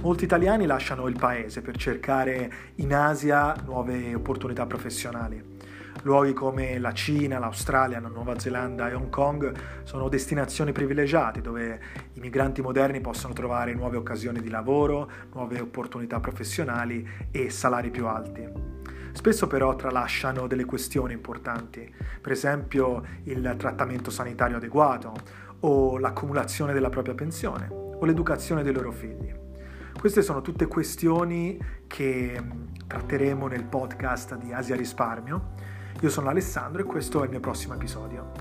Molti italiani lasciano il paese per cercare in Asia nuove opportunità professionali. Luoghi come la Cina, l'Australia, la Nuova Zelanda e Hong Kong sono destinazioni privilegiate dove i migranti moderni possono trovare nuove occasioni di lavoro, nuove opportunità professionali e salari più alti. Spesso però tralasciano delle questioni importanti, per esempio il trattamento sanitario adeguato o l'accumulazione della propria pensione o l'educazione dei loro figli. Queste sono tutte questioni che tratteremo nel podcast di Asia Risparmio. Io sono Alessandro e questo è il mio prossimo episodio.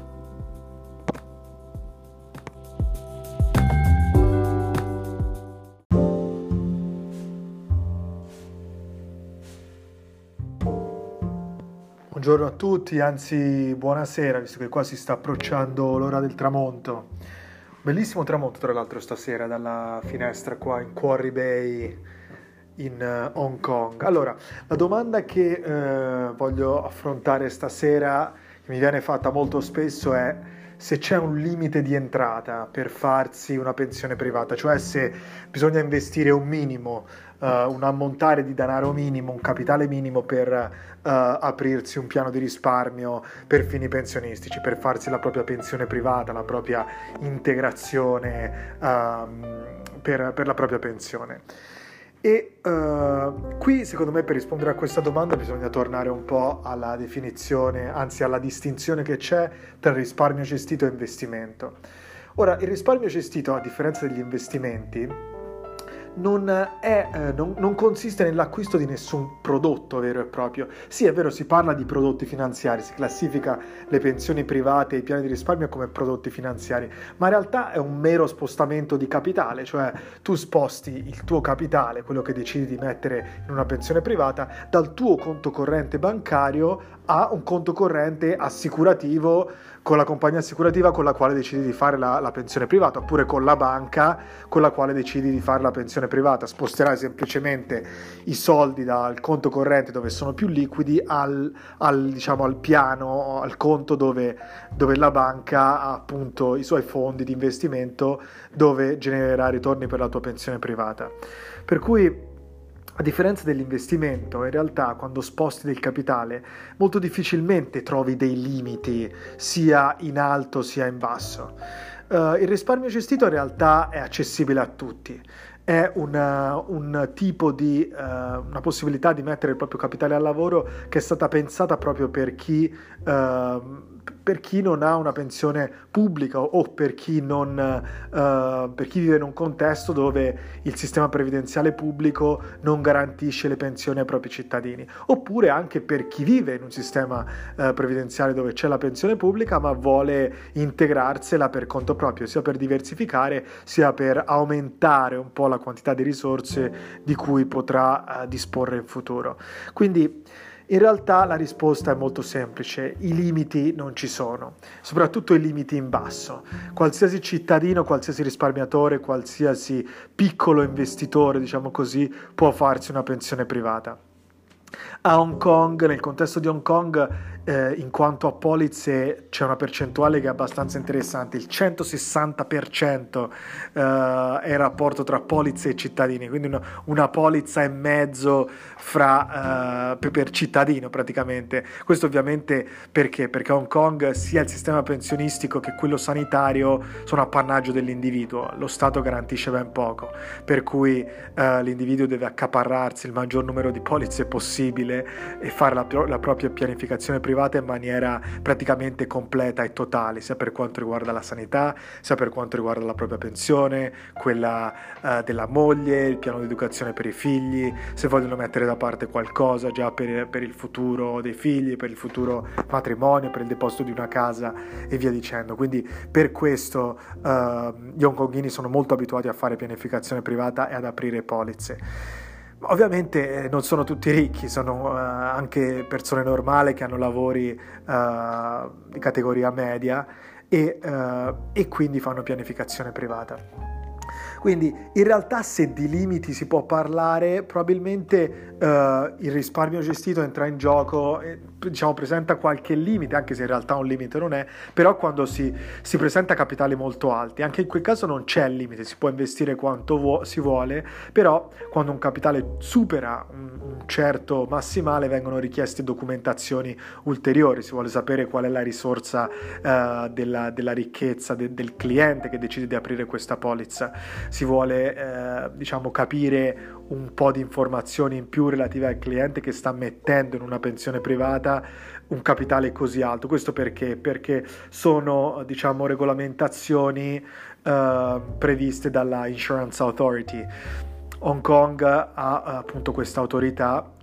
Buongiorno a tutti, anzi buonasera, visto che qua si sta approcciando l'ora del tramonto. Bellissimo tramonto tra l'altro stasera dalla finestra qua in Quarry Bay in Hong Kong. Allora, la domanda che voglio affrontare stasera, che mi viene fatta molto spesso, è se c'è un limite di entrata per farsi una pensione privata, cioè se bisogna investire un minimo, un ammontare di denaro minimo, un capitale minimo per aprirsi un piano di risparmio per fini pensionistici, per farsi la propria pensione privata, la propria integrazione per la propria pensione. E qui secondo me per rispondere a questa domanda bisogna tornare un po' alla definizione, anzi alla distinzione che c'è tra risparmio gestito e investimento. Ora, il risparmio gestito, a differenza degli investimenti, non consiste nell'acquisto di nessun prodotto vero e proprio. Sì, è vero, si parla di prodotti finanziari, si classifica le pensioni private e i piani di risparmio come prodotti finanziari, ma in realtà è un mero spostamento di capitale, cioè tu sposti il tuo capitale, quello che decidi di mettere in una pensione privata, dal tuo conto corrente bancario a un conto corrente assicurativo con la compagnia assicurativa con la quale decidi di fare la pensione privata, oppure con la banca con la quale decidi di fare la pensione privata. Sposterai semplicemente i soldi dal conto corrente dove sono più liquidi al piano, al conto dove la banca ha appunto i suoi fondi di investimento dove genererà ritorni per la tua pensione privata. Per cui, a differenza dell'investimento, in realtà quando sposti del capitale molto difficilmente trovi dei limiti sia in alto sia in basso. Il risparmio gestito in realtà è accessibile a tutti, è un tipo di una possibilità di mettere il proprio capitale al lavoro che è stata pensata proprio per chi non ha una pensione pubblica o per chi vive in un contesto dove il sistema previdenziale pubblico non garantisce le pensioni ai propri cittadini, oppure anche per chi vive in un sistema previdenziale dove c'è la pensione pubblica ma vuole integrarsela per conto proprio, sia per diversificare sia per aumentare un po' la quantità di risorse di cui potrà disporre in futuro. Quindi in realtà la risposta è molto semplice, i limiti non ci sono, soprattutto i limiti in basso. Qualsiasi cittadino, qualsiasi risparmiatore, qualsiasi piccolo investitore, diciamo così, può farsi una pensione privata. A Hong Kong, nel contesto di Hong Kong, in quanto a polizze c'è una percentuale che è abbastanza interessante, il 160% è il rapporto tra polizze e cittadini, quindi una polizza e mezzo per cittadino praticamente. Questo ovviamente perché a Hong Kong sia il sistema pensionistico che quello sanitario sono appannaggio dell'individuo, lo Stato garantisce ben poco, per cui l'individuo deve accaparrarsi il maggior numero di polizze possibile e fare la propria pianificazione privata in maniera praticamente completa e totale, sia per quanto riguarda la sanità, sia per quanto riguarda la propria pensione, quella della moglie, il piano di educazione per i figli, se vogliono mettere da parte qualcosa già per il futuro dei figli, per il futuro matrimonio, per il deposito di una casa e via dicendo. Quindi per questo gli hongkonghini sono molto abituati a fare pianificazione privata e ad aprire polizze. Ovviamente non sono tutti ricchi, sono anche persone normali che hanno lavori di categoria media e quindi fanno pianificazione privata. Quindi in realtà se di limiti si può parlare, probabilmente il risparmio gestito entra in gioco, diciamo presenta qualche limite, anche se in realtà un limite non è, però quando si presenta capitali molto alti, anche in quel caso non c'è il limite, si può investire quanto si vuole, però quando un capitale supera un certo massimale vengono richieste documentazioni ulteriori, si vuole sapere qual è la risorsa della ricchezza del cliente che decide di aprire questa polizza, si vuole diciamo capire un po' di informazioni in più relative al cliente che sta mettendo in una pensione privata un capitale così alto. Questo perché? Perché sono, diciamo, regolamentazioni previste dalla Insurance Authority. Hong Kong ha appunto questa autorità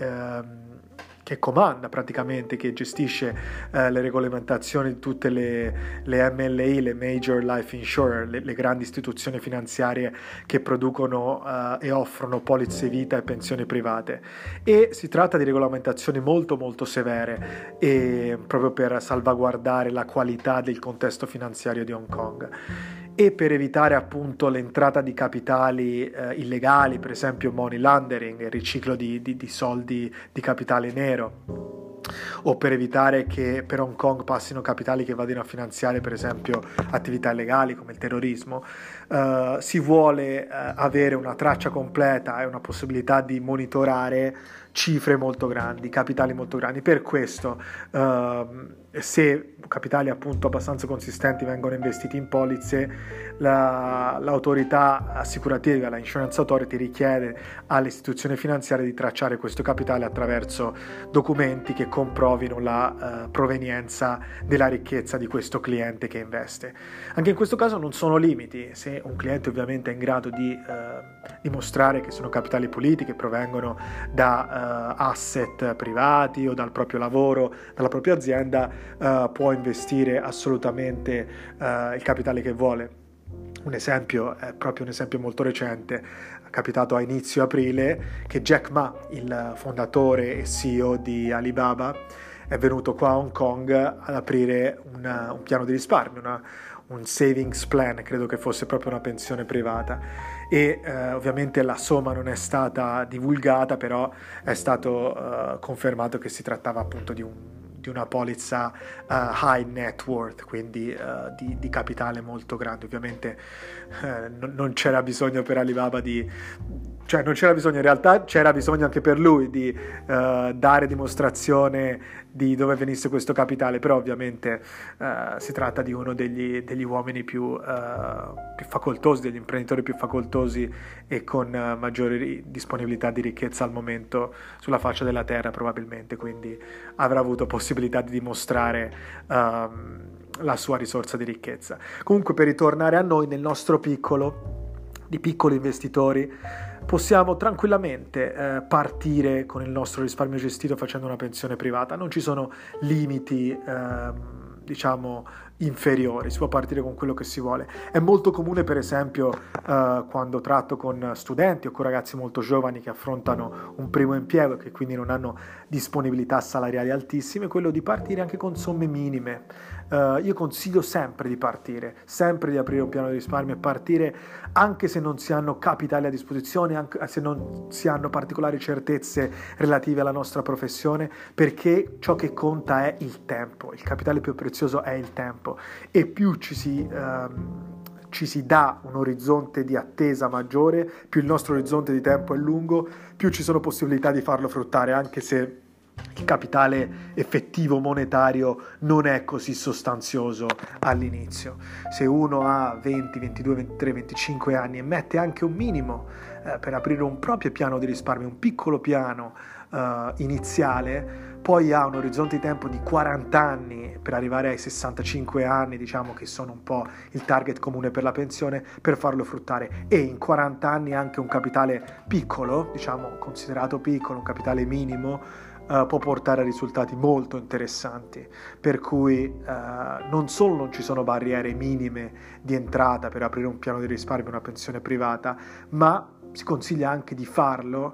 che comanda praticamente, che gestisce le regolamentazioni di tutte le MLI, le Major Life Insurer, le grandi istituzioni finanziarie che producono e offrono polizze vita e pensioni private. E si tratta di regolamentazioni molto molto severe, e proprio per salvaguardare la qualità del contesto finanziario di Hong Kong. E per evitare appunto l'entrata di capitali illegali, per esempio money laundering, il riciclo di soldi di capitale nero, o per evitare che per Hong Kong passino capitali che vadano a finanziare per esempio attività illegali come il terrorismo, si vuole avere una traccia completa e una possibilità di monitorare cifre molto grandi, capitali molto grandi. Per questo se capitali appunto abbastanza consistenti vengono investiti in polizze, l'autorità assicurativa, la Insurance Authority, richiede alle istituzioni finanziarie di tracciare questo capitale attraverso documenti che comprovino la provenienza della ricchezza di questo cliente che investe. Anche in questo caso non sono limiti, se un cliente ovviamente è in grado di dimostrare che sono capitali puliti, che provengono da asset privati o dal proprio lavoro, dalla propria azienda, può investire assolutamente il capitale che vuole. Un esempio è proprio un esempio molto recente, è capitato a inizio aprile, che Jack Ma, il fondatore e CEO di Alibaba, è venuto qua a Hong Kong ad aprire un piano di risparmio, un savings plan, credo che fosse proprio una pensione privata, e ovviamente la somma non è stata divulgata, però è stato confermato che si trattava appunto di una polizza high net worth, quindi di capitale molto grande. Ovviamente non c'era bisogno per Alibaba cioè non c'era bisogno, in realtà c'era bisogno anche per lui di dare dimostrazione di dove venisse questo capitale, però ovviamente si tratta di uno degli uomini più facoltosi, degli imprenditori più facoltosi e con maggiore disponibilità di ricchezza al momento sulla faccia della terra probabilmente, quindi avrà avuto possibilità di dimostrare la sua risorsa di ricchezza. Comunque, per ritornare a noi, nel nostro di piccoli investitori, possiamo tranquillamente partire con il nostro risparmio gestito facendo una pensione privata. Non ci sono limiti, diciamo, inferiori, si può partire con quello che si vuole. È molto comune, per esempio, quando tratto con studenti o con ragazzi molto giovani che affrontano un primo impiego e che quindi non hanno disponibilità salariali altissime, quello di partire anche con somme minime. Io consiglio sempre di partire, sempre di aprire un piano di risparmio e partire anche se non si hanno capitali a disposizione, anche se non si hanno particolari certezze relative alla nostra professione, perché ciò che conta è il tempo, il capitale più prezioso è il tempo, e più ci si dà un orizzonte di attesa maggiore, più il nostro orizzonte di tempo è lungo, più ci sono possibilità di farlo fruttare, anche se il capitale effettivo monetario non è così sostanzioso all'inizio. Se uno ha 20, 22, 23, 25 anni e mette anche un minimo per aprire un proprio piano di risparmio, un piccolo piano iniziale, poi ha un orizzonte di tempo di 40 anni per arrivare ai 65 anni, diciamo, che sono un po' il target comune per la pensione, per farlo fruttare, e in 40 anni anche un capitale piccolo, diciamo considerato piccolo, un capitale minimo, può portare a risultati molto interessanti, per cui non solo non ci sono barriere minime di entrata per aprire un piano di risparmio, una pensione privata, ma si consiglia anche di farlo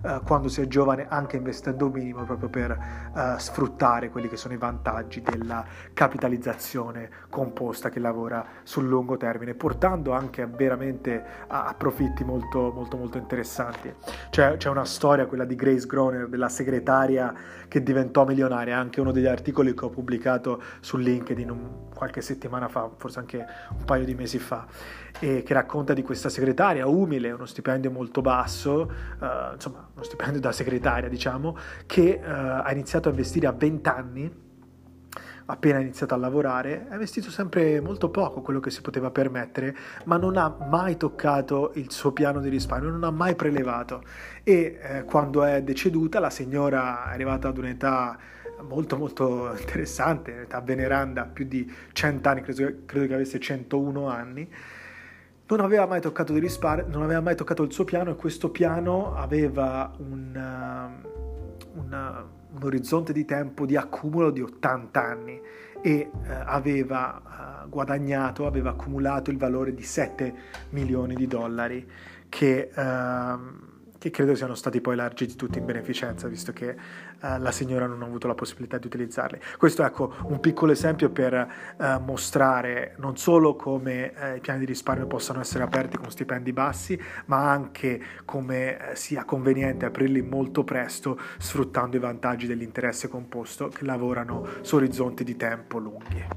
quando si è giovane, anche investendo un minimo, proprio per sfruttare quelli che sono i vantaggi della capitalizzazione composta che lavora sul lungo termine, portando anche veramente a profitti molto molto molto interessanti. C'è una storia, quella di Grace Groner, della segretaria che diventò milionaria, anche uno degli articoli che ho pubblicato su LinkedIn qualche settimana fa, forse anche un paio di mesi fa, e che racconta di questa segretaria umile, uno stipendio molto basso, insomma uno stipendio da segretaria, diciamo, che ha iniziato a investire a 20 anni, appena iniziato a lavorare, ha investito sempre molto poco, quello che si poteva permettere, ma non ha mai toccato il suo piano di risparmio, non ha mai prelevato, e quando è deceduta, la signora è arrivata ad un'età molto molto interessante, un'età veneranda, più di 100 anni, credo che avesse 101 anni, non aveva mai toccato di risparmio, non aveva mai toccato il suo piano, e questo piano aveva un orizzonte di tempo di accumulo di 80 anni, e aveva guadagnato, aveva accumulato il valore di 7 milioni di dollari che credo siano stati poi elargiti tutti in beneficenza, visto che la signora non ha avuto la possibilità di utilizzarli. Questo è, ecco, un piccolo esempio per mostrare non solo come i piani di risparmio possano essere aperti con stipendi bassi, ma anche come sia conveniente aprirli molto presto, sfruttando i vantaggi dell'interesse composto che lavorano su orizzonti di tempo lunghi.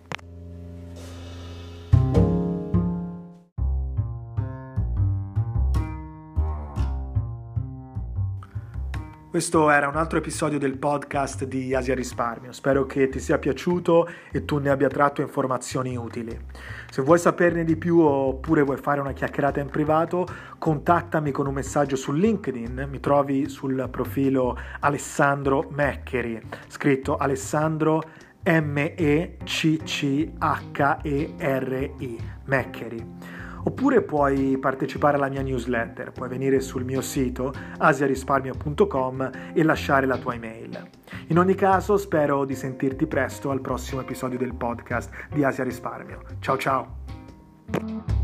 Questo era un altro episodio del podcast di Asia Risparmio. Spero che ti sia piaciuto e tu ne abbia tratto informazioni utili. Se vuoi saperne di più oppure vuoi fare una chiacchierata in privato, contattami con un messaggio su LinkedIn. Mi trovi sul profilo Alessandro Meccheri, scritto Alessandro Meccheri, Meccheri. Oppure puoi partecipare alla mia newsletter, puoi venire sul mio sito asiarisparmio.com e lasciare la tua email. In ogni caso, spero di sentirti presto al prossimo episodio del podcast di Asia Risparmio. Ciao ciao!